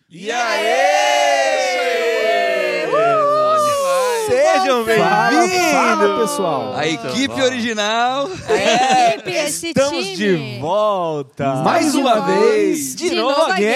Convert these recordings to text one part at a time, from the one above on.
E aí? Sejam bem-vindos! Fala, pessoal! A equipe original. Esse Estamos time. de volta! Mais uma vez! De novo again!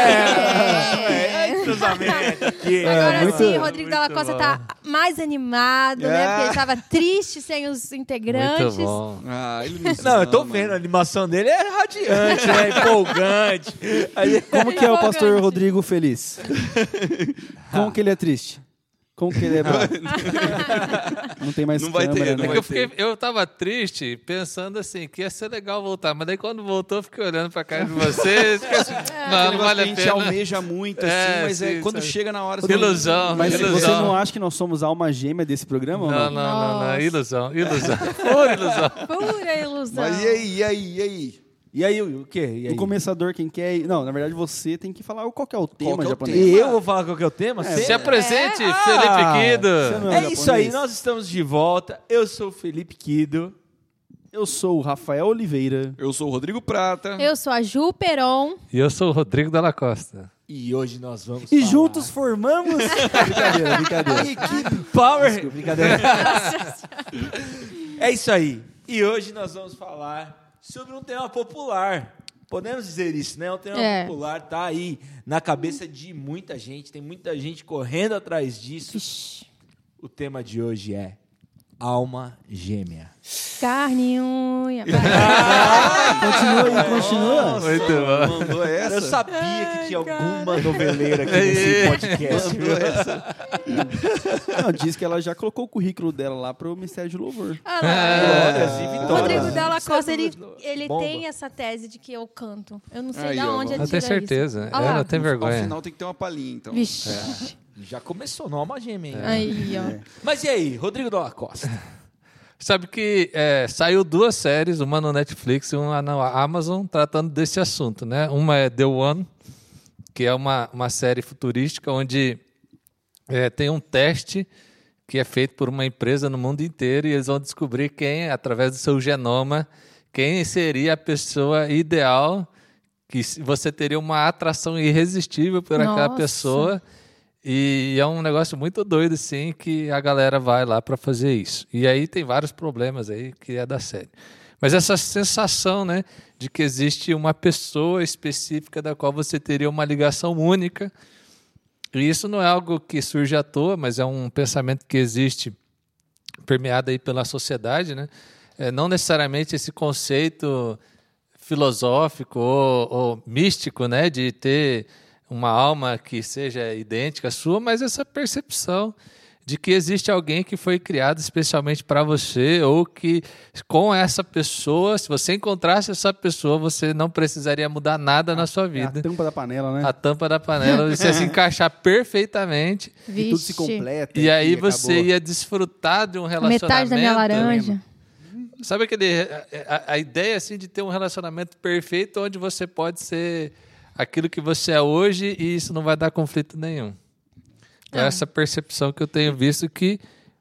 Cruzamento aqui. Agora muito- sim, Rodrigo Dalla Costa tá mais animado, né? Porque ele estava triste sem os integrantes. Muito bom. Ele Não, eu tô vendo, a animação dele é radiante, né? Empolgante. Aí, Como que é o pastor Rodrigo feliz? Como que ele é triste? Como que ele é bravo? Não tem mais Não vai ter, câmera, não né? vai Eu tava triste, pensando assim, que ia ser legal voltar. Mas daí quando voltou, eu fiquei olhando pra cara de vocês. Não vale a a gente pena. almeja muito, assim, mas sim, quando sabe? chega na hora... Ilusão. Mas ilusão. você não acha que nós somos a alma gêmea desse programa? ou Não, não? não. Ilusão. Pura ilusão. Pura ilusão. Mas e aí? e aí, o quê? E aí? O começador, quem quer... Não, na verdade, você tem que falar qual que é o tema que é o japonês. tema? E eu vou falar qual que é o tema? Se Sempre? apresente, você Felipe Kido. não É isso aí, japonês? nós estamos de volta. Eu sou o Felipe Kido. Eu sou o Rafael Oliveira. Eu sou o Rodrigo Prata. Eu sou a Ju Peron. E eu sou o Rodrigo Dalla Costa. E hoje nós vamos E falar... juntos formamos... brincadeira. A equipe Power. Desculpa, brincadeira. É isso aí. E hoje nós vamos falar sobre um tema popular. Podemos dizer isso, né? Um tema popular tá aí na cabeça de muita gente. Tem muita gente correndo atrás disso. Vixe. O tema de hoje é alma gêmea. Carne e unha. Continua. Muito bom. Mandou essa? Eu sabia que tinha alguma noveleira aqui nesse podcast. Não, diz que ela já colocou o currículo dela lá pro Ministério de Louvor. Olha lá. Glórias e O vitórias. Rodrigo Dalla Costa, ele Bomba. tem essa tese de que eu canto. Eu não sei Aí, de ó, onde ele Eu tira tenho certeza. isso. Olha lá. Ela tem Ao vergonha. final tem que ter uma palhinha, então. Vixe. Já começou no alma gêmea, hein? Aí, ó. Mas e aí, Rodrigo Dalla Costa? Sabe que saiu 2 séries, uma no Netflix e uma na Amazon, tratando desse assunto, né? Uma é The One, que é uma série futurística onde tem um teste que é feito por uma empresa no mundo inteiro e eles vão descobrir quem, através do seu genoma, quem seria a pessoa ideal, que você teria uma atração irresistível por aquela Nossa. pessoa. E é um negócio muito doido, assim, que a galera vai lá para fazer isso. E aí tem vários problemas aí que é da série. Mas essa sensação, né, de que existe uma pessoa específica da qual você teria uma ligação única. E isso não é algo que surge à toa, mas é um pensamento que existe permeado aí pela sociedade, né? Não necessariamente esse conceito filosófico ou místico, né, de ter uma alma que seja idêntica à sua, mas essa percepção de que existe alguém que foi criado especialmente para você, ou que com essa pessoa, se você encontrasse essa pessoa, você não precisaria mudar nada na sua É a vida. tampa da panela, né? A tampa da panela, você se encaixar perfeite, E tudo se Vixe. completa. e aí você acabou. ia desfrutar de um relacionamento. Metade da minha laranja. Sabe a ideia assim de ter um relacionamento perfeito onde você pode ser aquilo que você é hoje e isso não vai dar conflito nenhum. É essa percepção que eu tenho visto que,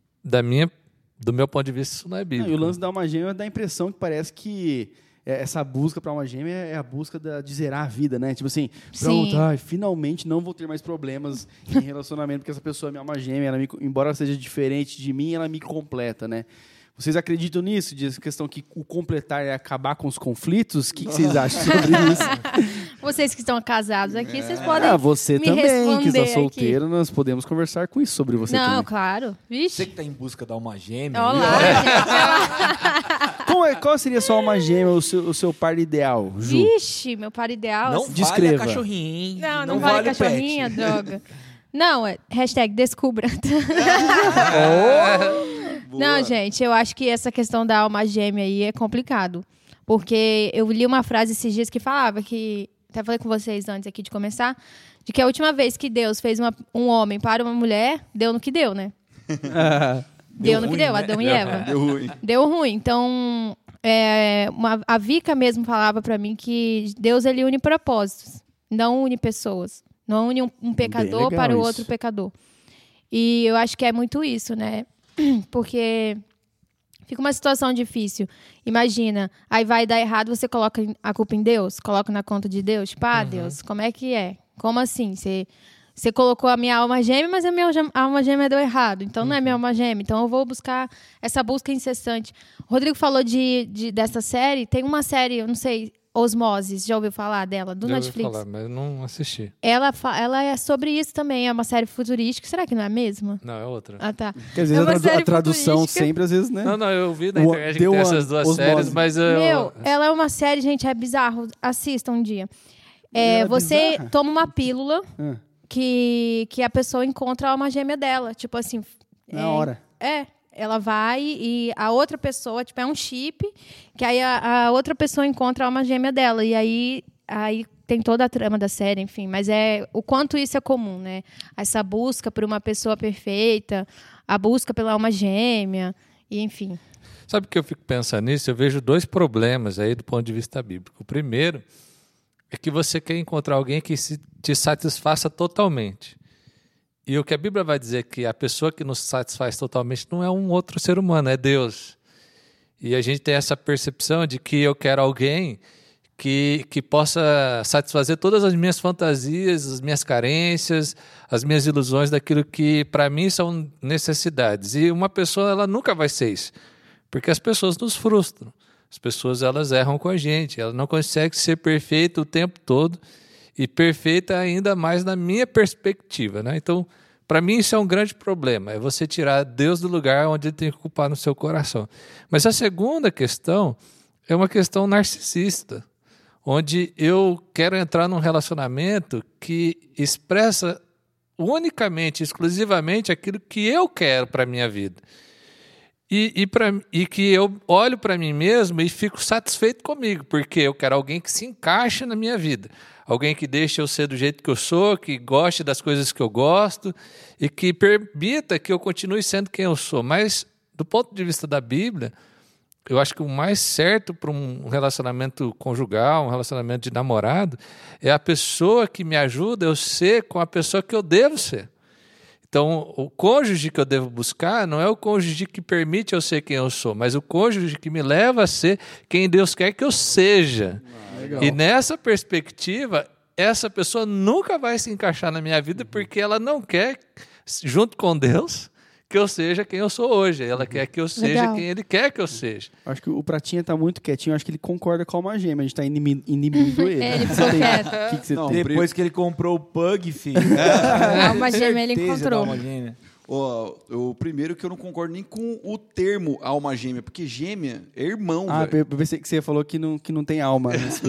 do meu ponto de vista, isso não é Não, bíblico. e o lance da alma gêmea dá a impressão que parece que essa busca para alma gêmea é a busca de zerar a vida, né? Tipo assim, pronto, Sim. finalmente não vou ter mais problemas em relacionamento, porque essa pessoa é minha alma gêmea, embora ela seja diferente de mim, ela me completa, né? Vocês acreditam nisso? De essa questão que o completar é acabar com os conflitos? O que vocês acham sobre isso? Vocês que estão casados aqui, vocês podem Você me também, que responder está solteiro, nós podemos conversar com isso sobre você Não, também. claro. Você Vixe. que está em busca da alma gêmea. Olá, gente. Qual seria a sua alma gêmea, o seu par ideal, Ju? Vixe, meu par ideal. Não assim. Descreva. vale a cachorrinha, hein? Não vale o pet. cachorrinha, droga. Não, descubra. Não, gente, eu acho que essa questão da alma gêmea aí é complicado. Porque eu li uma frase esses dias que falava que... Até falei com vocês antes aqui de começar. De que a última vez que Deus fez um homem para uma mulher, deu no que deu, né? Deu no que deu, Adão e Eva. Deu ruim. Deu ruim. Então, a Vika mesmo falava pra mim que Deus, ele une propósitos. Não une pessoas. Não une um pecador legal para o isso. outro pecador. E eu acho que é muito isso, né? Porque fica uma situação difícil. Imagina, aí vai dar errado, você coloca a culpa em Deus? Coloca na conta de Deus? Tipo, Deus, como é que é? Como assim? Você colocou a minha alma gêmea, mas a minha alma gêmea deu errado. Então, não é minha alma gêmea. Então, eu vou buscar essa busca incessante. O Rodrigo falou dessa série. Tem uma série, eu não sei, Osmoses. Já ouviu falar dela? Do Netflix. Já ouvi falar, mas não assisti. Ela é sobre isso também. É uma série futurística. Será que não é a mesma? Não, é outra. Ah, tá. Porque às vezes a tradução sempre, às vezes, né? Não, eu vi na internet que tem essas duas séries, mas... Ela é uma série, gente, é bizarro. Assista um dia. Você bizarra? Toma uma pílula... Que a pessoa encontra a alma gêmea dela. Tipo assim... Na hora. Ela vai e a outra pessoa... Tipo, é um chip. Que aí a outra pessoa encontra a alma gêmea dela. E aí tem toda a trama da série, enfim. Mas o quanto isso é comum, né? Essa busca por uma pessoa perfeita. A busca pela alma gêmea. E enfim. Sabe o que eu fico pensando nisso? Eu vejo 2 problemas aí do ponto de vista bíblico. O primeiro... é que você quer encontrar alguém que te satisfaça totalmente. E o que a Bíblia vai dizer que a pessoa que nos satisfaz totalmente não é um outro ser humano, é Deus. E a gente tem essa percepção de que eu quero alguém que possa satisfazer todas as minhas fantasias, as minhas carências, as minhas ilusões daquilo que para mim são necessidades. E uma pessoa ela nunca vai ser isso, porque as pessoas nos frustram. As pessoas elas erram com a gente, ela não consegue ser perfeita o tempo todo e perfeita ainda mais na minha perspectiva, né? Então, para mim isso é um grande problema, é você tirar Deus do lugar onde ele tem que ocupar no seu coração. Mas a segunda questão é uma questão narcisista, onde eu quero entrar num relacionamento que expressa unicamente, exclusivamente aquilo que eu quero para a minha vida. E que eu olho para mim mesmo e fico satisfeito comigo, porque eu quero alguém que se encaixe na minha vida. Alguém que deixe eu ser do jeito que eu sou, que goste das coisas que eu gosto e que permita que eu continue sendo quem eu sou. Mas, do ponto de vista da Bíblia, eu acho que o mais certo para um relacionamento conjugal, um relacionamento de namorado, é a pessoa que me ajuda eu ser com a pessoa que eu devo ser. Então, o cônjuge que eu devo buscar não é o cônjuge que permite eu ser quem eu sou, mas o cônjuge que me leva a ser quem Deus quer que eu seja. E nessa perspectiva, essa pessoa nunca vai se encaixar na minha vida porque ela não quer, junto com Deus, que eu seja quem eu sou hoje. Ela quer que eu seja quem Ele quer que eu seja. Acho que o Pratinha está muito quietinho. Acho que ele concorda com a alma gêmea. A gente está inibindo ele. Ele ficou quieto. Que você não, tem? depois que ele comprou o Pug, filho. A alma gêmea ele encontrou. O primeiro que eu não concordo nem com o termo alma gêmea, porque gêmea é irmão, eu pensei que você falou que não tem alma.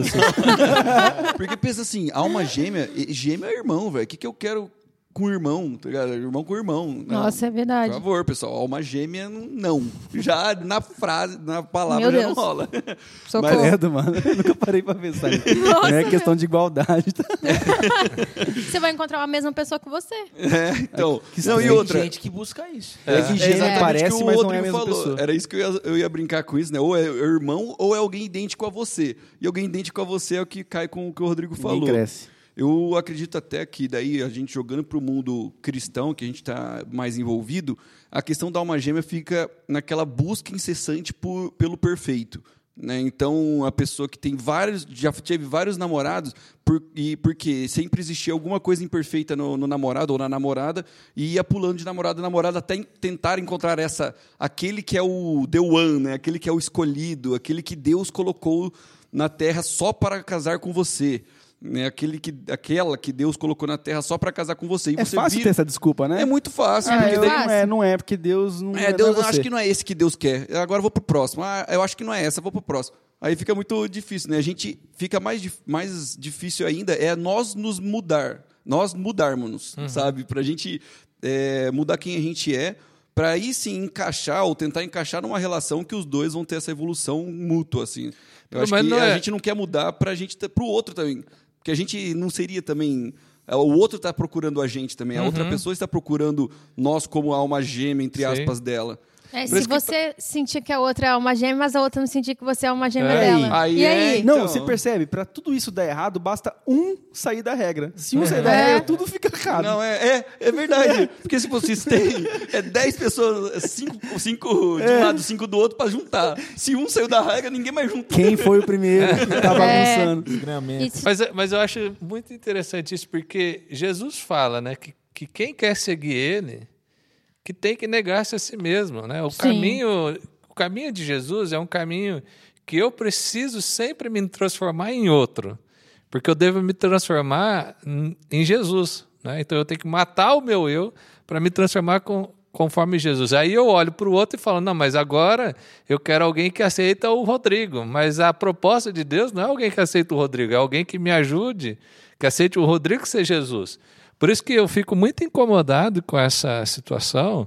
Porque pensa assim, alma gêmea é irmão, velho. O que eu quero com irmão, tá ligado? Irmão com irmão. Nossa, é verdade. Por favor, pessoal, alma gêmea, não. Já na frase, na palavra já não rola. Socorro. Credo, mano. Eu nunca parei pra pensar nisso. Não é questão de igualdade. Tá? Você vai encontrar a mesma pessoa que você. Então. E outra. Tem gente que busca isso. Que gêmeo parece, que mas não é a mesma falou. pessoa. Era isso que eu ia brincar com isso, né? Ou é irmão, ou é alguém idêntico a você. E alguém idêntico a você é o que cai com o que o Rodrigo falou. Ninguém cresce. Eu acredito até que daí a gente jogando para o mundo cristão, que a gente está mais envolvido, a questão da alma gêmea fica naquela busca incessante pelo perfeito. Né? Então, a pessoa que tem já teve vários namorados, porque sempre existia alguma coisa imperfeita no namorado ou na namorada, e ia pulando de namorado a namorada até tentar encontrar aquele que é o the one, né? Aquele que é o escolhido, aquele que Deus colocou na terra só para casar com você. Né, aquela que Deus colocou na terra só para casar com você. E é você fácil ter essa desculpa, né? É muito fácil. Não é, porque Deus não é Deus, você. Acho que não é esse que Deus quer. Agora eu vou pro próximo. Eu acho que não é essa, vou pro próximo. Aí fica muito difícil, né? A gente fica mais difícil ainda é nós nos mudar. Nós mudarmos, sabe? Pra gente mudar quem a gente é, para aí sim encaixar ou tentar encaixar numa relação que os dois vão ter essa evolução mútua, assim. Eu acho que a gente não quer mudar pro outro também. Porque a gente não seria também... O outro está procurando a gente também. A outra pessoa está procurando nós como alma gêmea, entre aspas, dela. Se você sentir que a outra é uma gêmea, mas a outra não sentir que você é uma gêmea Aí. dela. Aí e aí? Não, Então. você percebe? Pra tudo isso dar errado, basta um sair da regra. Se um sair da regra, tudo fica errado. Não, é verdade. Porque se vocês têm 10 pessoas, 5 de um lado, 5 do outro, pra juntar. Se um saiu da regra, ninguém mais junta. Quem foi o primeiro que tá bagunçando? Isso. Mas eu acho muito interessante isso, porque Jesus fala, né, que quem quer seguir ele, que tem que negar-se a si mesmo, né? O caminho de Jesus é um caminho que eu preciso sempre me transformar em outro, porque eu devo me transformar em Jesus, né? Então eu tenho que matar o meu eu para me transformar conforme Jesus. Aí eu olho para o outro e falo, não, mas agora eu quero alguém que aceita o Rodrigo, mas a proposta de Deus não é alguém que aceita o Rodrigo, é alguém que me ajude, que aceite o Rodrigo ser Jesus. Por isso que eu fico muito incomodado com essa situação.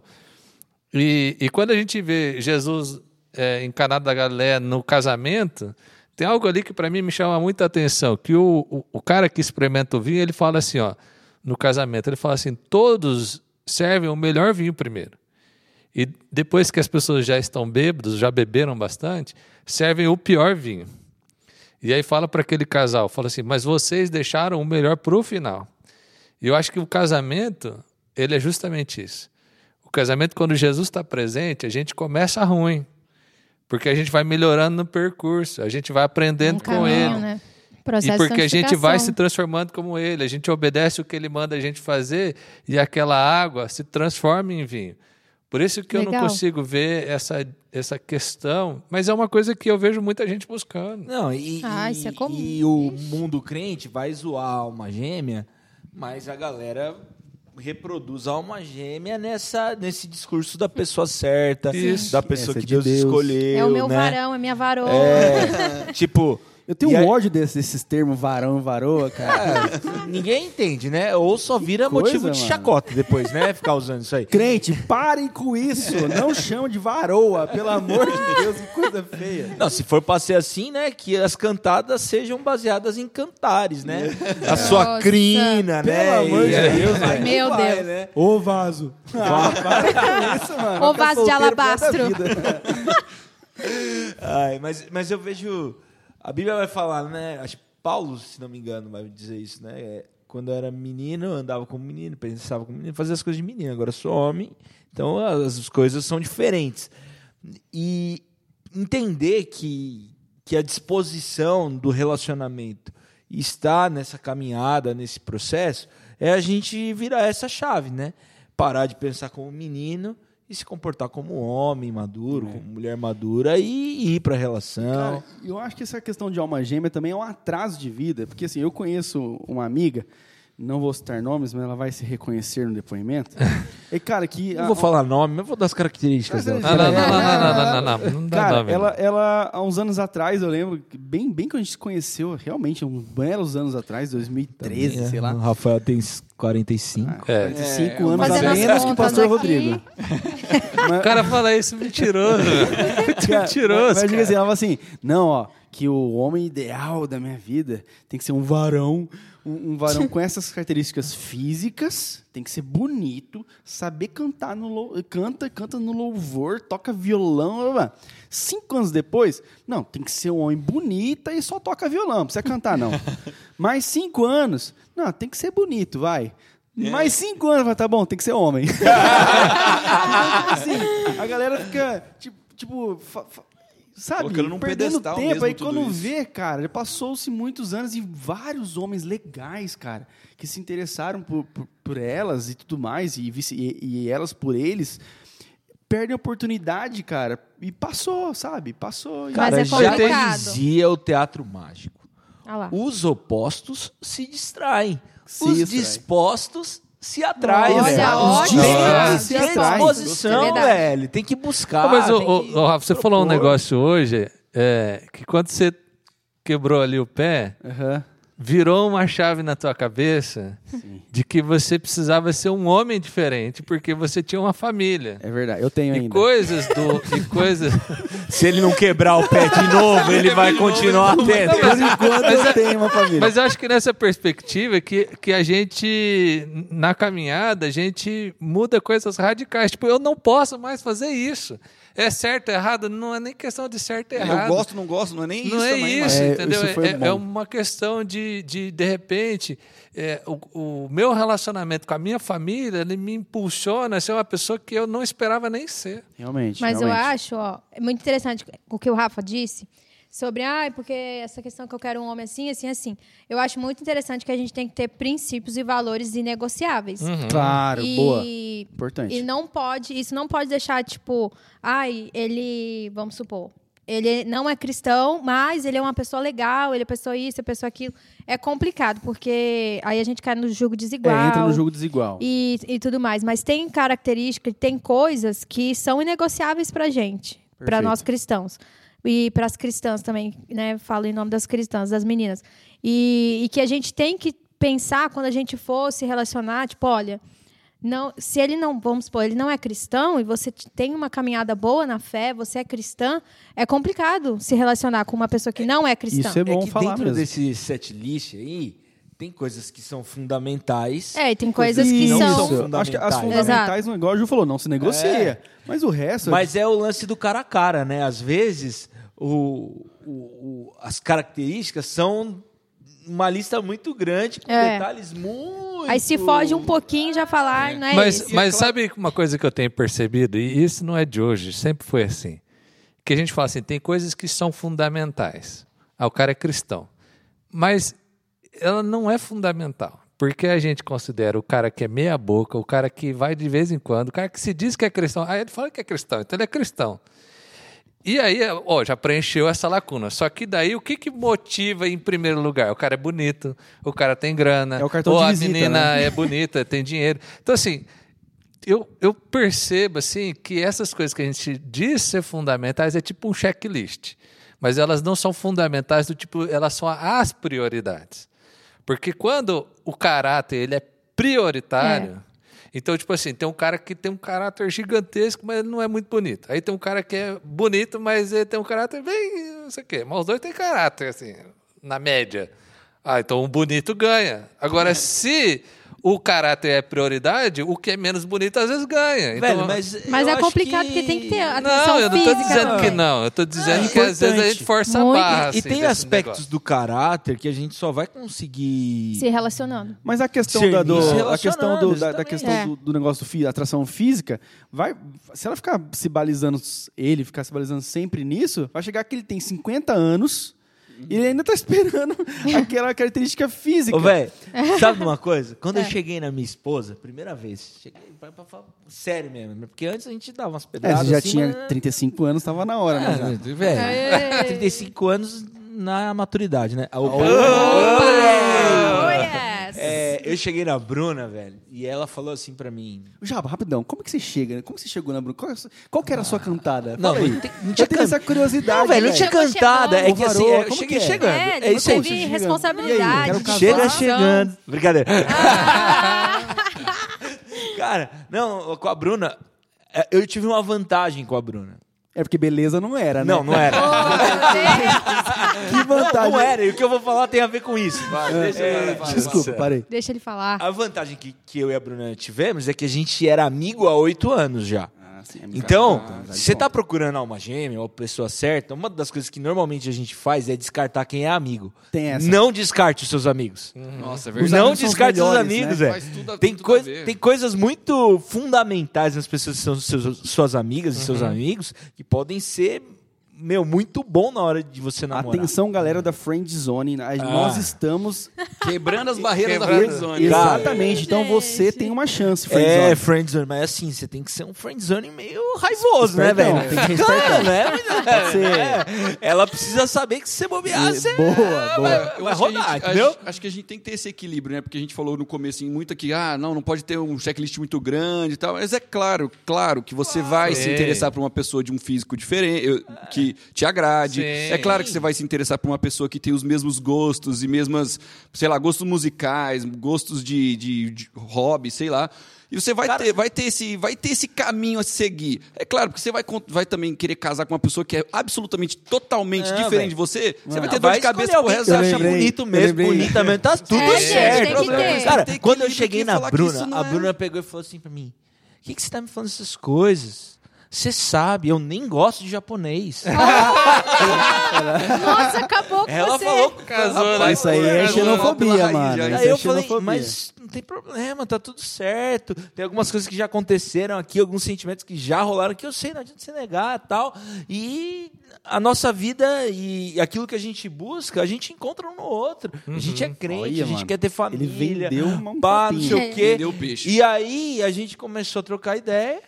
E quando a gente vê Jesus em Caná da Galileia no casamento, tem algo ali que para mim me chama muita atenção, que o cara que experimenta o vinho, ele fala assim, ó, no casamento, ele fala assim, todos servem o melhor vinho primeiro. E depois que as pessoas já estão bêbados, já beberam bastante, servem o pior vinho. E aí fala para aquele casal, fala assim, mas vocês deixaram o melhor para o final. E eu acho que o casamento, ele é justamente isso. O casamento, quando Jesus está presente, a gente começa ruim, porque a gente vai melhorando no percurso, a gente vai aprendendo com ele. Né? E porque a gente vai se transformando como ele, a gente obedece o que ele manda a gente fazer e aquela água se transforma em vinho. Por isso que eu não consigo ver essa questão, mas é uma coisa que eu vejo muita gente buscando. Não, isso é comum. E o mundo crente vai zoar a alma gêmea, mas a galera reproduz a alma gêmea nesse discurso da pessoa certa, da pessoa que Deus escolheu. É o meu varão, é minha varoa. Tipo... Eu tenho ódio desses termos varão e varoa, cara. Ninguém entende, né? Ou só vira motivo de chacota depois, né? Ficar usando isso aí. Crente, parem com isso. Não chama de varoa, pelo amor de Deus, que coisa feia. Não, se for pra ser assim, né? Que as cantadas sejam baseadas em cantares, né? A sua crina, né? Pelo amor de Deus, velho. Meu Deus. Né? Ô vaso. Para com isso, mano. Ô vaso de alabastro. Ai, mas eu vejo... A Bíblia vai falar, né? Acho que Paulo, se não me engano, vai dizer isso, né? Quando eu era menino, eu andava como menino, pensava como menino, fazia as coisas de menino. Agora eu sou homem, então as coisas são diferentes. E entender que a disposição do relacionamento está nessa caminhada, nesse processo, é a gente virar essa chave, né? Parar de pensar como menino e se comportar como homem maduro, como mulher madura e ir para a relação. Cara, eu acho que essa questão de alma gêmea também é um atraso de vida, porque assim, eu conheço uma amiga, não vou citar nomes, mas ela vai se reconhecer no depoimento. E, cara, que... Não vou falar nome, mas vou dar as características dela. Não dá cara, nome. Ela, há uns anos atrás, eu lembro, bem que a gente se conheceu, realmente, uns belos anos atrás, 2013, sei lá. O Rafael tem 45. 45 anos a menos que o pastor Rodrigo. O cara fala isso mentiroso. Mentiroso, mas diga assim, ela fala assim, não, ó, que o homem ideal da minha vida tem que ser um varão, um varão com essas características físicas, tem que ser bonito, saber cantar canta no louvor, toca violão, blá, blá. 5 anos depois, não, tem que ser um homem bonita e só toca violão, não precisa cantar não. Mais 5 anos, não, tem que ser bonito, vai. Mais 5 anos, vai, tá bom, tem que ser homem. Assim, a galera fica, tipo sabe, colocando num perdendo pedestal tempo. mesmo Aí tudo quando isso. vê, cara, já passou-se muitos anos e vários homens legais, cara, que se interessaram por elas e tudo mais, e elas por eles, perdem a oportunidade, cara, e passou, sabe? Passou. Cara, Mas é já complicado. dizia o teatro mágico. Ah lá. Os opostos se distraem. Se Os distraem. dispostos se atraem, Olha, velho. ótimo. Os Tem atraem. disposição, É verdade. velho. Tem que buscar. Mas, tem que Rafa, você falou um propor. negócio hoje, que quando você quebrou ali o pé, Aham. virou uma chave na tua cabeça de que você precisava ser um homem diferente, porque você tinha uma família. É verdade, eu tenho E ainda. coisas. Se ele não quebrar o pé de novo, ele vai continuar tendo. Por enquanto eu tenho uma família. Mas eu acho que nessa perspectiva que a gente, na caminhada, a gente muda coisas radicais. Tipo, eu não posso mais fazer isso. É certo, errado? Não é nem questão de certo e errado. Eu gosto, não gosto, não é nem Não isso é também. isso, mas- entendeu? isso foi bom. É uma questão de repente, o meu relacionamento com a minha família, ele me impulsiona a ser uma pessoa que eu não esperava nem ser. Realmente, Mas eu realmente. acho, ó, é muito interessante o que o Rafa disse sobre, porque essa questão que eu quero um homem assim, assim, assim. Eu acho muito interessante que a gente tem que ter princípios e valores inegociáveis. Claro, boa. E Importante. isso não pode deixar, tipo, ele, vamos supor, ele não é cristão, mas ele é uma pessoa legal, ele é pessoa isso, é pessoa aquilo. É complicado, porque aí a gente cai no jogo desigual. Entra no jogo desigual. E tudo mais. Mas tem características, tem coisas que são inegociáveis pra gente, pra Perfeito. nós cristãos. E para as cristãs também, né? Falo em nome das cristãs, das meninas. E que a gente tem que pensar quando a gente for se relacionar, tipo, olha, não, se ele não, vamos supor, ele não é cristão e você tem uma caminhada boa na fé, você é cristã, é complicado se relacionar com uma pessoa que não é cristã. Isso é bom que falar dentro mesmo. desse set list aí, tem coisas que são fundamentais. E tem coisas que Isso. são... Acho que as fundamentais. fundamentais, não, igual o Ju falou, não se negocia. Mas o resto... Mas é o lance do cara a cara, né? Às vezes, as características são uma lista muito grande, com detalhes muito... Aí se foge um pouquinho, já falar, não é isso. Mas sabe uma coisa que eu tenho percebido, e isso não é de hoje, sempre foi assim, que a gente fala assim, tem coisas que são fundamentais. O cara é cristão. Mas ela não é fundamental. Porque a gente considera o cara que é meia boca, o cara que vai de vez em quando, o cara que se diz que é cristão. Aí ele fala que é cristão, então ele é cristão. E aí, já preencheu essa lacuna. Só que daí, o que motiva em primeiro lugar? O cara é bonito, o cara tem grana, É o cartão ou de a visita, menina né? é bonita, tem dinheiro. Então, assim, eu percebo assim, que essas coisas que a gente diz ser fundamentais é tipo um checklist. Mas elas não são fundamentais do tipo, elas são as prioridades. Porque quando o caráter ele é prioritário, então, tipo assim, tem um cara que tem um caráter gigantesco, mas ele não é muito bonito. Aí tem um cara que é bonito, mas ele tem um caráter bem, não sei o quê. Mas os dois têm caráter, assim, na média. Então o bonito ganha. Agora, se o caráter é prioridade, o que é menos bonito às vezes ganha. Então, Velho, Mas eu é acho complicado, que... porque tem que ter atenção não, eu não estou física dizendo também. que não. Eu estou dizendo que às vezes a importante. gente força a Muito. barra. E assim, tem desse aspectos negócio. do caráter que a gente só vai conseguir... Se relacionando. Mas a questão, Ser da, nisso, a questão, relacionando, da exatamente. questão do negócio atração física, se ela ficar se balizando, ficar se balizando sempre nisso, vai chegar que ele tem 50 anos e ele ainda tá esperando aquela característica física. Ô, velho, sabe de uma coisa? Quando eu cheguei na minha esposa, primeira vez, cheguei pra falar sério mesmo, né? Porque antes a gente dava umas pedradas Você já assim, tinha mas... 35 anos, tava na hora, né? já. Velho, 35 anos na maturidade, né? Oh, yes! Eu cheguei na Bruna, velho, e ela falou assim pra mim... Jaba, rapidão, como que você chega? Como que você chegou na Bruna? Qual que era a sua cantada? Não, Fala aí. não tinha Eu tenho essa curiosidade. Não, velho, não tinha Chegou cantada. chegando. É que assim, Varou, eu como cheguei que é? chegando. É isso aí. teve E aí, responsabilidade. quero casar. Chega disposição. chegando. Brincadeira. Cara, não, com a Bruna, eu tive uma vantagem com a Bruna. É porque beleza não era, né? Não, não era. Que vantagem. Não era. E o que eu vou falar tem a ver com isso. Desculpa, parei. Deixa ele falar. A vantagem que eu e a Bruna tivemos é que a gente era amigo há 8 anos já. Sim, Então, se você tá procurando uma gêmea ou a pessoa certa, uma das coisas que normalmente a gente faz é descartar quem é amigo. Tem essa. Não descarte os seus amigos. Nossa, é Os verdade. Não amigos são os descarte os melhores, amigos, né? velho. Faz tudo- Tem, tudo a coisa, ver. tem coisas muito fundamentais nas pessoas que são suas amigas e seus amigos que podem ser, muito bom na hora de você namorar. Atenção, galera da Friend Zone. Nós estamos... Quebrando as barreiras da Quebrando- friendzone. Cara, Exatamente. Então você tem uma chance, Friend É, Zone. friendzone, mas assim, você tem que ser um friendzone meio raivoso, né, Espertão, velho? tem que respeitar. Né? Pode ser. Ela precisa saber que se você bobear, você Boa, boa. vai acho que rodar, a gente, entendeu? acho que a gente tem que ter esse equilíbrio, né? Porque a gente falou no começo muito aqui, não pode ter um checklist muito grande e tal. Mas é claro que você vai se Sim. interessar por uma pessoa de um físico diferente, que te agrade. Sim. É claro que você vai se interessar por uma pessoa que tem os mesmos gostos e mesmas, sei lá, gostos musicais, gostos de hobby, sei lá. E você vai ter esse caminho a seguir. É claro, porque você vai também querer casar com uma pessoa que é absolutamente, totalmente diferente de você. Você vai ter dor de cabeça pro resto Você da acha vida. bonito mesmo, bonita mesmo, tá tudo É, gente, certo. tem que ter. Cara, Tem que quando eu ir, cheguei porque na falar que isso Bruna, não a é- Bruna pegou e falou assim pra mim: o que você tá me falando essas coisas? Você sabe, eu nem gosto de japonês. Nossa, acabou com Ela você. falou, Casou, né? Isso aí é Casou xenofobia, pela raiz, mano. já. Isso Aí é eu falei, xenofobia. mas não tem problema, tá tudo certo. Tem algumas coisas que já aconteceram aqui, alguns sentimentos que já rolaram, que eu sei, não adianta você negar e tal. E a nossa vida e aquilo que a gente busca, a gente encontra um no outro. A gente é crente, Olha, a gente mano, quer ter família. ele vendeu um pá, não papinho. sei o quê. Vendeu o peixe. E aí a gente começou a trocar ideia,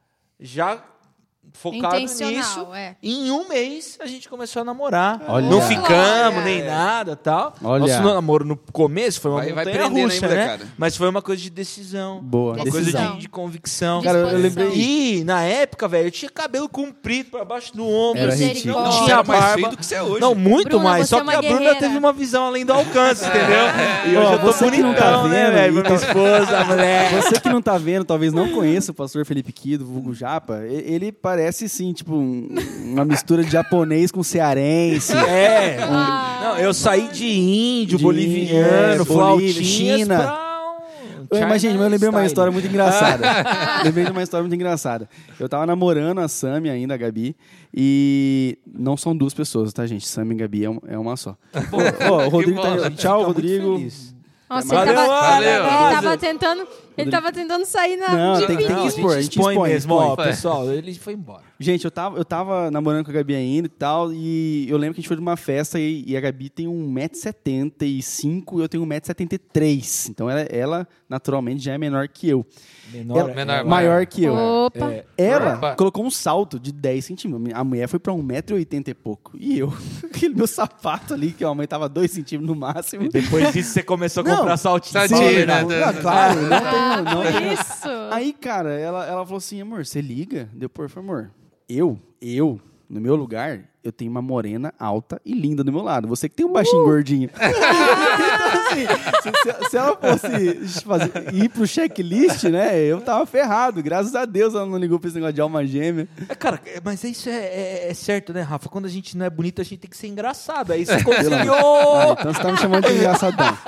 já focado Intencional, nisso. é. E em um mês a gente começou a namorar. Olha. Não ficamos, Glória. nem nada tal. Olha. Nosso namoro no começo foi uma Vai montanha prendendo aí, russa, né? molecada. Mas foi uma coisa de decisão. Boa, Uma decisão. coisa de convicção. Cara, eu Disposição. lembrei. E na época, velho, eu tinha cabelo comprido pra baixo do ombro. Era assim, ridículo. não Você tinha era mais barba. feio do que você é hoje. Não, muito Bruna, mais. você Só é que uma a Bruna guerreira. teve uma visão além do alcance, entendeu? E Ó, hoje eu tô você que bonitão, não tá né, vendo, velho? Pra minha então- esposa, mulher. Você que não tá vendo, talvez não conheça o pastor Felipe Kido, vulgo Japa, ele parece, sim, tipo, uma mistura de japonês com cearense. É. Não, eu saí de índio, De boliviano, Bolívia, flautinhas China. pra Mas, gente, eu lembrei uma China história style. muito engraçada. Lembrei de uma história muito engraçada. Eu tava namorando a Sami ainda, a Gabi, e não são duas pessoas, tá, gente? Sami e Gabi é uma só. Ó, o Rodrigo bom, tá... a gente Tchau, Fica muito Rodrigo. feliz. Nossa, Valeu, ele tava, valeu. ele tava tentando sair na Não, de tem que fininho. expor, a gente expõe mesmo, ó, expõe. pessoal, ele foi embora. Gente, eu tava namorando com a Gabi ainda e tal, e eu lembro que a gente foi numa festa e a Gabi tem 1,75m e eu tenho 1,73m. Então ela, naturalmente, já é menor que eu. Menor, Menor, Maior que eu. Opa. Ela Opa. colocou um salto de 10 centímetros. A mulher foi pra 1,80m e pouco. E eu, aquele meu sapato ali, que aumentava 2 centímetros no máximo. Depois disso, você começou a comprar saltinho. Saltinho, né? Claro, não tenho. Isso. Aí, cara, ela falou assim, amor, você liga? Depois eu falei, amor, eu, no meu lugar, eu tenho uma morena alta e linda do meu lado. Você que tem um baixinho gordinho. Então, assim, se ela fosse ir pro checklist, né, eu tava ferrado. Graças a Deus ela não ligou pra esse negócio de alma gêmea. Cara, mas isso é certo, né, Rafa? Quando a gente não é bonito, a gente tem que ser engraçado. Aí você conseguiu! Então você tá me chamando de engraçadão.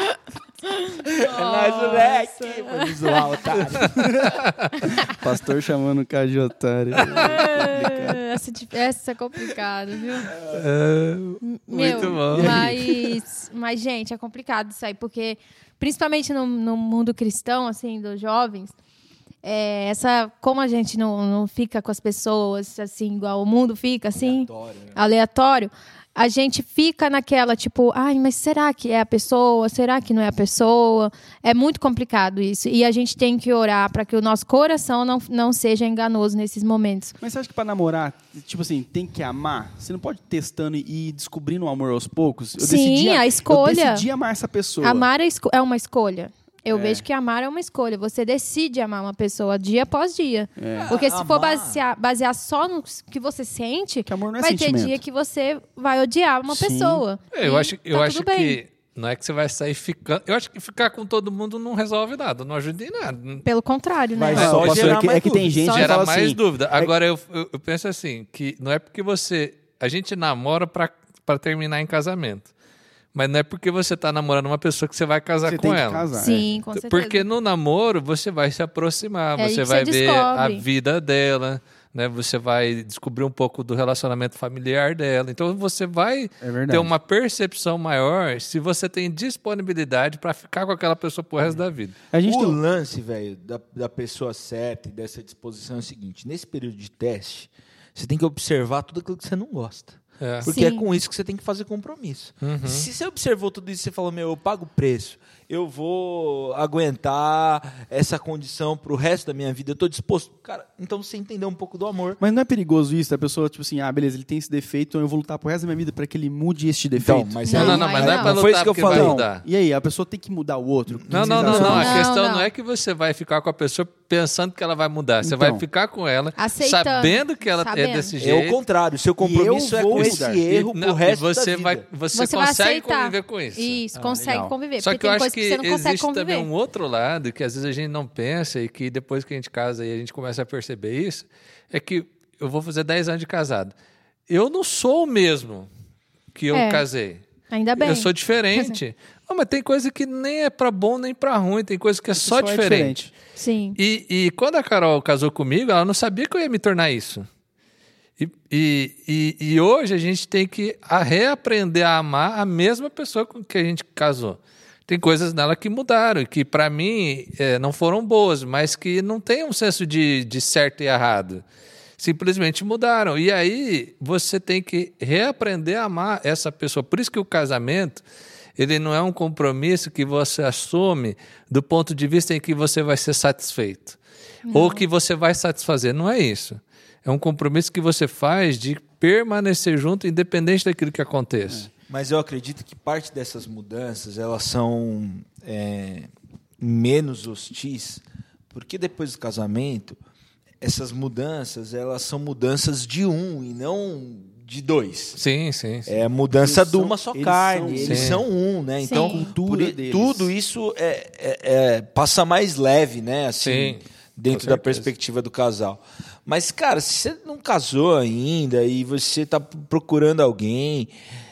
É nóis, moleque! Foi visual, otário. Pastor chamando o cara de otário. Essa é complicada, viu? Muito bom. Mas, gente, é complicado isso aí, porque, principalmente no mundo cristão, assim, dos jovens, como a gente não fica com as pessoas, assim, igual o mundo fica, assim, aleatório, a gente fica naquela, tipo, ai, mas será que é a pessoa? Será que não é a pessoa? É muito complicado isso. E a gente tem que orar para que o nosso coração não seja enganoso nesses momentos. Mas você acha que pra namorar, tipo assim, tem que amar? Você não pode ir testando e ir descobrindo o amor aos poucos? A escolha. Eu decidi amar essa pessoa. Amar é uma escolha. Eu vejo que amar é uma escolha. Você decide amar uma pessoa dia após dia. Porque se for basear só no que você sente, Que amor não é vai sentimento. ter dia que você vai odiar uma Sim. pessoa. Eu acho tá acho tudo bem. que não é que você vai sair ficando. Eu acho que ficar com todo mundo não resolve nada, não ajuda em nada. Pelo contrário, né? Mas Não, só pastor, gerar é mais que tem dúvida. gente que Gera fala mais assim, dúvida. Agora, eu penso assim, que não é porque a gente namora pra terminar em casamento. Mas não é porque você tá namorando uma pessoa que você vai casar você com tem que ela. casar. Sim, com certeza. Porque no namoro você vai se aproximar, É aí você que vai você ver descobre. a vida dela, né? Você vai descobrir um pouco do relacionamento familiar dela. Então você vai É verdade. ter uma percepção maior se você tem disponibilidade para ficar com aquela pessoa pro resto da vida. A gente O tem... lance, velho, da pessoa certa e dessa disposição é o seguinte: nesse período de teste, você tem que observar tudo aquilo que você não gosta. Porque Sim. é com isso que você tem que fazer compromisso. Se você observou tudo isso e você falou, eu pago o preço, eu vou aguentar essa condição pro resto da minha vida, eu tô disposto. Cara, então você entendeu um pouco do amor. Mas não é perigoso isso? A pessoa, tipo assim, beleza, ele tem esse defeito, então eu vou lutar pro resto da minha vida para que ele mude este defeito. Então, mas Não, Não, mas não é pra não foi lutar isso que eu porque vai falei. mudar. E aí, a pessoa tem que mudar o outro? O que Não, vocês não, não, acham? não. A Não, questão não. não é que você vai ficar com a pessoa pensando que ela vai mudar. Você Então. vai ficar com ela Aceitando, sabendo que ela é sabendo. desse É jeito. o contrário, seu compromisso eu é vou com esse mudar. erro Não, pro resto você da vida. vai, você Você vai consegue aceitar. conviver com isso. Isso, consegue legal. conviver. Só porque que eu tem acho coisas que que você não consegue existe também conviver. um outro lado que às vezes a gente não pensa e que depois que a gente casa e a gente começa a perceber isso, é que eu vou fazer 10 anos de casado. Eu não sou o mesmo que eu casei. Ainda bem. Eu sou diferente. Não, mas tem coisa que nem é pra bom nem pra ruim, tem coisa que é só Pessoa é diferente. Sim. E quando a Carol casou comigo, ela não sabia que eu ia me tornar isso. E hoje a gente tem que reaprender a amar a mesma pessoa com que a gente casou. Tem coisas nela que mudaram, que para mim não foram boas, mas que não tem um senso de certo e errado. Simplesmente mudaram. E aí você tem que reaprender a amar essa pessoa. Por isso que o casamento, ele não é um compromisso que você assume do ponto de vista em que você vai ser satisfeito. Ou que você vai satisfazer. Não é isso. É um compromisso que você faz de permanecer junto, independente daquilo que aconteça. Mas eu acredito que parte dessas mudanças, elas são menos hostis, porque depois do casamento, essas mudanças, elas são mudanças de um e não de dois. Sim, sim. sim. É a mudança Eles de são- uma só eles carne, são- eles Sim. são um, né? Sim. Então, Cultura por deles. tudo isso passa mais leve, né? Assim, Sim, dentro com da certeza. perspectiva do casal. Mas, cara, se você não casou ainda e você está procurando alguém,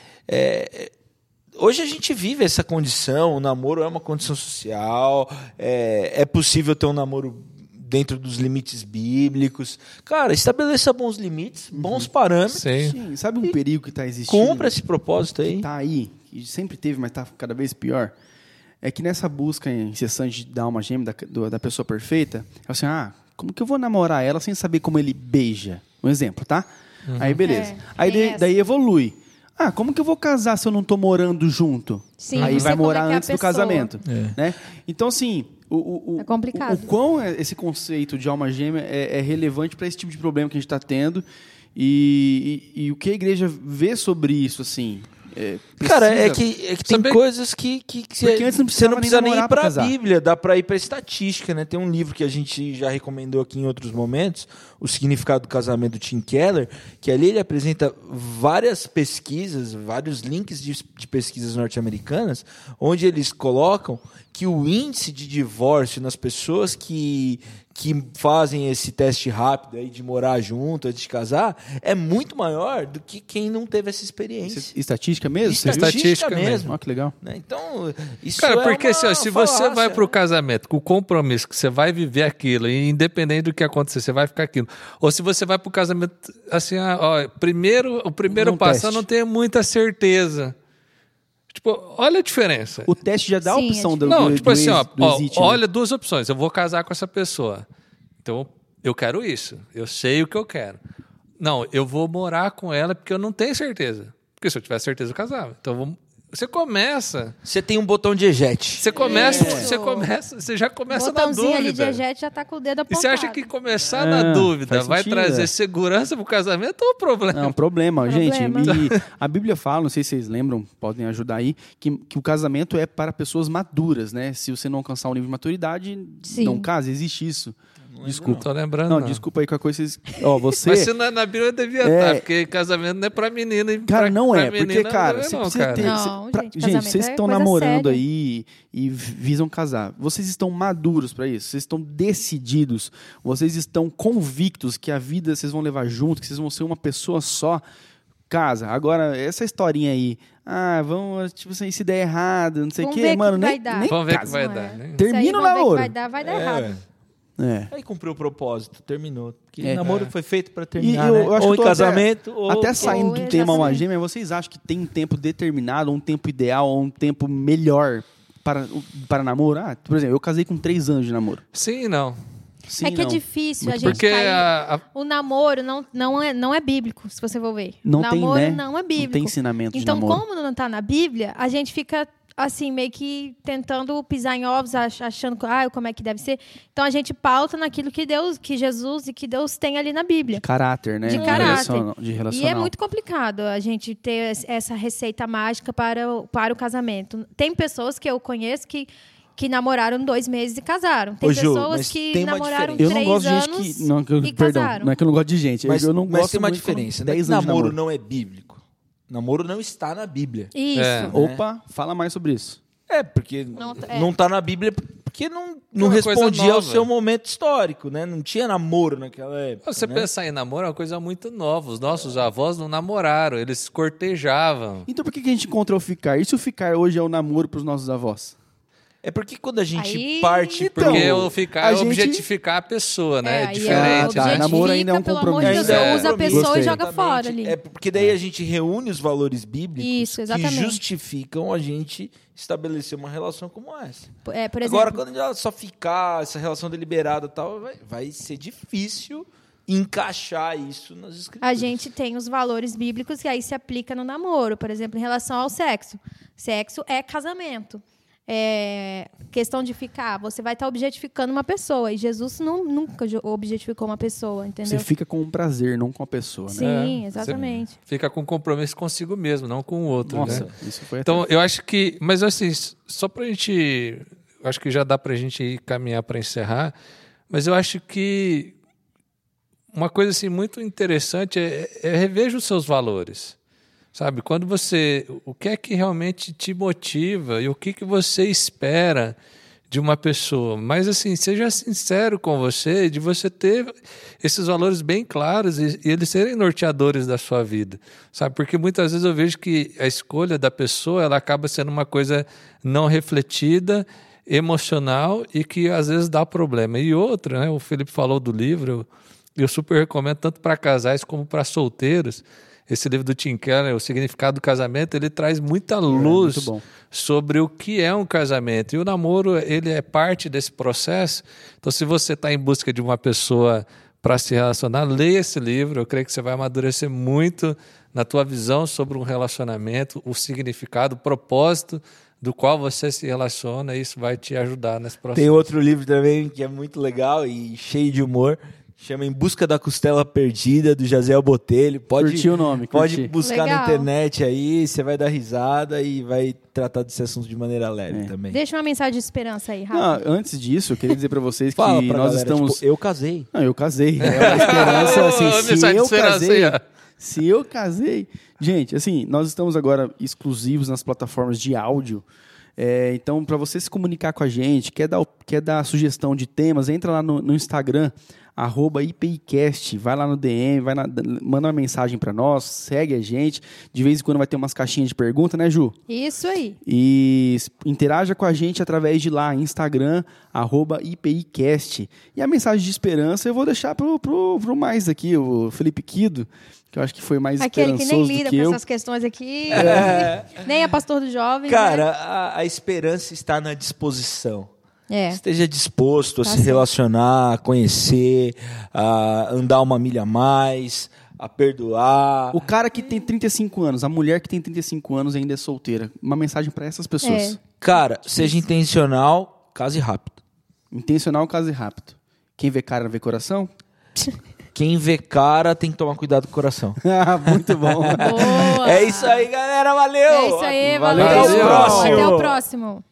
hoje a gente vive essa condição, o namoro é uma condição social, é possível ter um namoro dentro dos limites bíblicos. Cara, estabeleça bons limites, bons parâmetros, Sim. Sim, sabe um perigo que está existindo? cumpra esse propósito aí. Que tá aí, que sempre teve, mas tá cada vez pior, é que nessa busca incessante de dar uma gêmea da pessoa perfeita, é assim, como que eu vou namorar ela sem saber como ele beija? Um exemplo, tá? Aí, beleza. É, Aí tem essa. daí evolui. Como que eu vou casar se eu não tô morando junto? Sim, Aí não sei vai como morar é que é a antes do pessoa. casamento. Né? Então, assim, É complicado. o quão esse conceito de alma gêmea é relevante para esse tipo de problema que a gente está tendo e o que a igreja vê sobre isso, assim. Cara, precisa- é que tem Saber- coisas que Porque antes não você não precisava precisa nem nem ir namorar pra para a casar. Bíblia, dá para ir para estatística, né? Tem um livro que a gente já recomendou aqui em outros momentos, O Significado do Casamento, do Tim Keller, que ali ele apresenta várias pesquisas, vários links de pesquisas norte-americanas, onde eles colocam que o índice de divórcio nas pessoas que fazem esse teste rápido aí de morar junto, antes de casar, é muito maior do que quem não teve essa experiência. Estatística mesmo? Você viu? Estatística mesmo. Ó, que legal. Né? Então, isso Cara, é porque uma assim, ó, se você falácia, vai pro né? casamento com o compromisso que você vai viver aquilo, e independente do que acontecer, você vai ficar aquilo. Ou se você vai pro casamento assim, o primeiro Um passo, teste. eu não tenho muita certeza. Tipo, olha a diferença. O teste já dá a Sim, opção é do Não, do- tipo do assim, ó, do exit, né? olha duas opções. Eu vou casar com essa pessoa. Então, eu quero isso. Eu sei o que eu quero. Não, eu vou morar com ela porque eu não tenho certeza. Porque se eu tivesse certeza, eu casava. Então, você começa... Você tem um botão de eject. Você já começa na Botãozinho ali de dúvida. eject já tá com o dedo E apontado. você acha que começar na dúvida faz vai sentido, trazer é. segurança pro casamento ou problema? Não, problema, gente. Problema. E a Bíblia fala, não sei se vocês lembram, podem ajudar aí, que o casamento é para pessoas maduras, né? Se você não alcançar um nível de maturidade, Sim. não case, existe isso. Desculpa. Tô lembrando. Não, desculpa aí com a coisa. Você. Mas se na Bíblia devia estar, porque casamento não é pra menina. E Cara, não pra é, porque, menina cara, não é você não, precisa cara. ter. Não, cê- pra- gente, gente, casamento vocês é estão coisa namorando séria. aí e visam casar. Vocês estão maduros pra isso, vocês estão decididos, vocês estão convictos que a vida vocês vão levar junto, que vocês vão ser uma pessoa só. Casa. Agora, essa historinha aí. Vamos, tipo assim, se der errado, não sei o Vamos quê, ver mano, que nem, vai dar. nem Vamos ver o que casa. vai Não dar. é. Né? Isso aí, Termina o vamos ver que namoro. vai dar errado. É. Aí cumpriu o propósito, terminou. Porque É. namoro foi feito para E terminar, eu né? acho Ou que em eu tô casamento, ou... Até saindo do eu tema já alma sei. gêmea, vocês acham que tem um tempo determinado, um tempo ideal, ou um tempo melhor para namoro? Por exemplo, eu casei com 3 anos de namoro. Sim e não. Sim, É que é não. difícil a Muito gente Porque cair. O namoro não é bíblico, se você for ver. Não o tem, namoro né? não é bíblico. Não tem ensinamento de Então, namoro. como não está na Bíblia, a gente fica assim, meio que tentando pisar em ovos, achando como é que deve ser. Então a gente pauta naquilo que Jesus e que Deus tem ali na Bíblia. Caráter, né? De caráter. De E relacional. é muito complicado a gente ter essa receita mágica para o casamento. Tem pessoas que eu conheço que namoraram 2 meses e casaram. Tem Ô, Ju, pessoas mas que tem uma namoraram diferença. 3 Eu não gosto de anos gente que... Não, e perdão, casaram. não é que eu não gosto de gente. Mas, eu não mas gosto tem uma muito diferença. com Não é que 10 anos de namoro namoro. não é bíblico. Namoro não está na Bíblia. Isso. É. Opa, fala mais sobre isso. Porque não está na Bíblia porque não uma coisa respondia ao nova. seu momento histórico, né? Não tinha namoro naquela época. Você né? pensar em namoro é uma coisa muito nova. Os nossos avós não namoraram, eles cortejavam. Então por que a gente encontra o ficar? E se o ficar hoje é o namoro pros nossos avós? É porque quando a gente Aí- parte... Então, Porque o ficar a é gente- objetificar a pessoa, né? É aí diferente. tá, né? namoro ainda é um pelo amor de compromisso. Deus, É. usa a pessoa Gostei. e joga Exatamente. fora ali. É porque daí a gente reúne os valores bíblicos Isso, que exatamente. justificam a gente estabelecer uma relação como essa. Por exemplo, Agora, quando ela só ficar, essa relação deliberada e tal, vai ser difícil encaixar isso nas escrituras. a gente tem os valores bíblicos que aí se aplica no namoro. Por exemplo, em relação ao sexo. Sexo é casamento. Questão de ficar, você vai estar objetificando uma pessoa. E Jesus nunca objetificou uma pessoa, entendeu? Você fica com um prazer, não com a pessoa, né? Sim, É, exatamente. Você fica com compromisso consigo mesmo, não com o outro. Nossa, né? isso foi Então, eu acho que... Mas assim, só pra gente... Acho que já dá pra gente ir caminhar para encerrar. Mas eu acho que uma coisa assim, muito interessante é reveja os seus valores. Sabe? Quando você... O que é que realmente te motiva e o que você espera de uma pessoa. Mas, assim, seja sincero com você, de você ter esses valores bem claros e eles serem norteadores da sua vida. Sabe? Porque muitas vezes eu vejo que a escolha da pessoa ela acaba sendo uma coisa não refletida, emocional e que às vezes dá problema. E outra, né? O Felipe falou do livro, eu super recomendo tanto para casais como para solteiros. Esse livro do Tim Keller, O Significado do Casamento, ele traz muita luz sobre o que é um casamento. E o namoro, ele é parte desse processo. Então, se você está em busca de uma pessoa para se relacionar, leia esse livro. Eu creio que você vai amadurecer muito na tua visão sobre um relacionamento, o significado, o propósito do qual você se relaciona. E isso vai te ajudar nesse processo. Tem outro livro também que é muito legal e cheio de humor. Chama Em Busca da Costela Perdida, do Jaziel Botelho. Curti o nome, Pode curti. buscar Legal. na internet aí, você vai dar risada e vai tratar desse assunto de maneira leve também. Deixa uma mensagem de esperança aí, Rafa. Não, antes disso, eu queria dizer pra vocês que Fala pra nós galera, estamos... tipo, eu casei. Não, eu casei. É uma esperança, assim, Mensagem se de eu esperança casei... aí, ó. Se eu casei... Gente, assim, nós estamos agora exclusivos nas plataformas de áudio. Então, para você se comunicar com a gente, quer dar sugestão de temas, entra lá no Instagram, @IPIcast, vai lá no DM, manda uma mensagem para nós, segue a gente. De vez em quando vai ter umas caixinhas de pergunta, né, Ju? Isso aí. E interaja com a gente através de lá, Instagram, @IPIcast. E a mensagem de esperança eu vou deixar pro mais aqui, o Felipe Quido, que eu acho que foi mais Aquele que nem esperançoso lida do que com eu. essas questões aqui. Nem é pastor do jovem. Cara, a esperança está na disposição. né? Esteja disposto a Tá se certo. relacionar, a conhecer, a andar uma milha a mais, a perdoar. O cara que tem 35 anos, a mulher que tem 35 anos ainda é solteira. Uma mensagem para essas pessoas. Cara, seja intencional, case rápido. Intencional, caso rápido. Quem vê cara vê coração? Quem vê cara tem que tomar cuidado com o coração. Muito bom. Boa. É isso aí, galera. Valeu! É isso aí, valeu. Até o próximo. Até o próximo.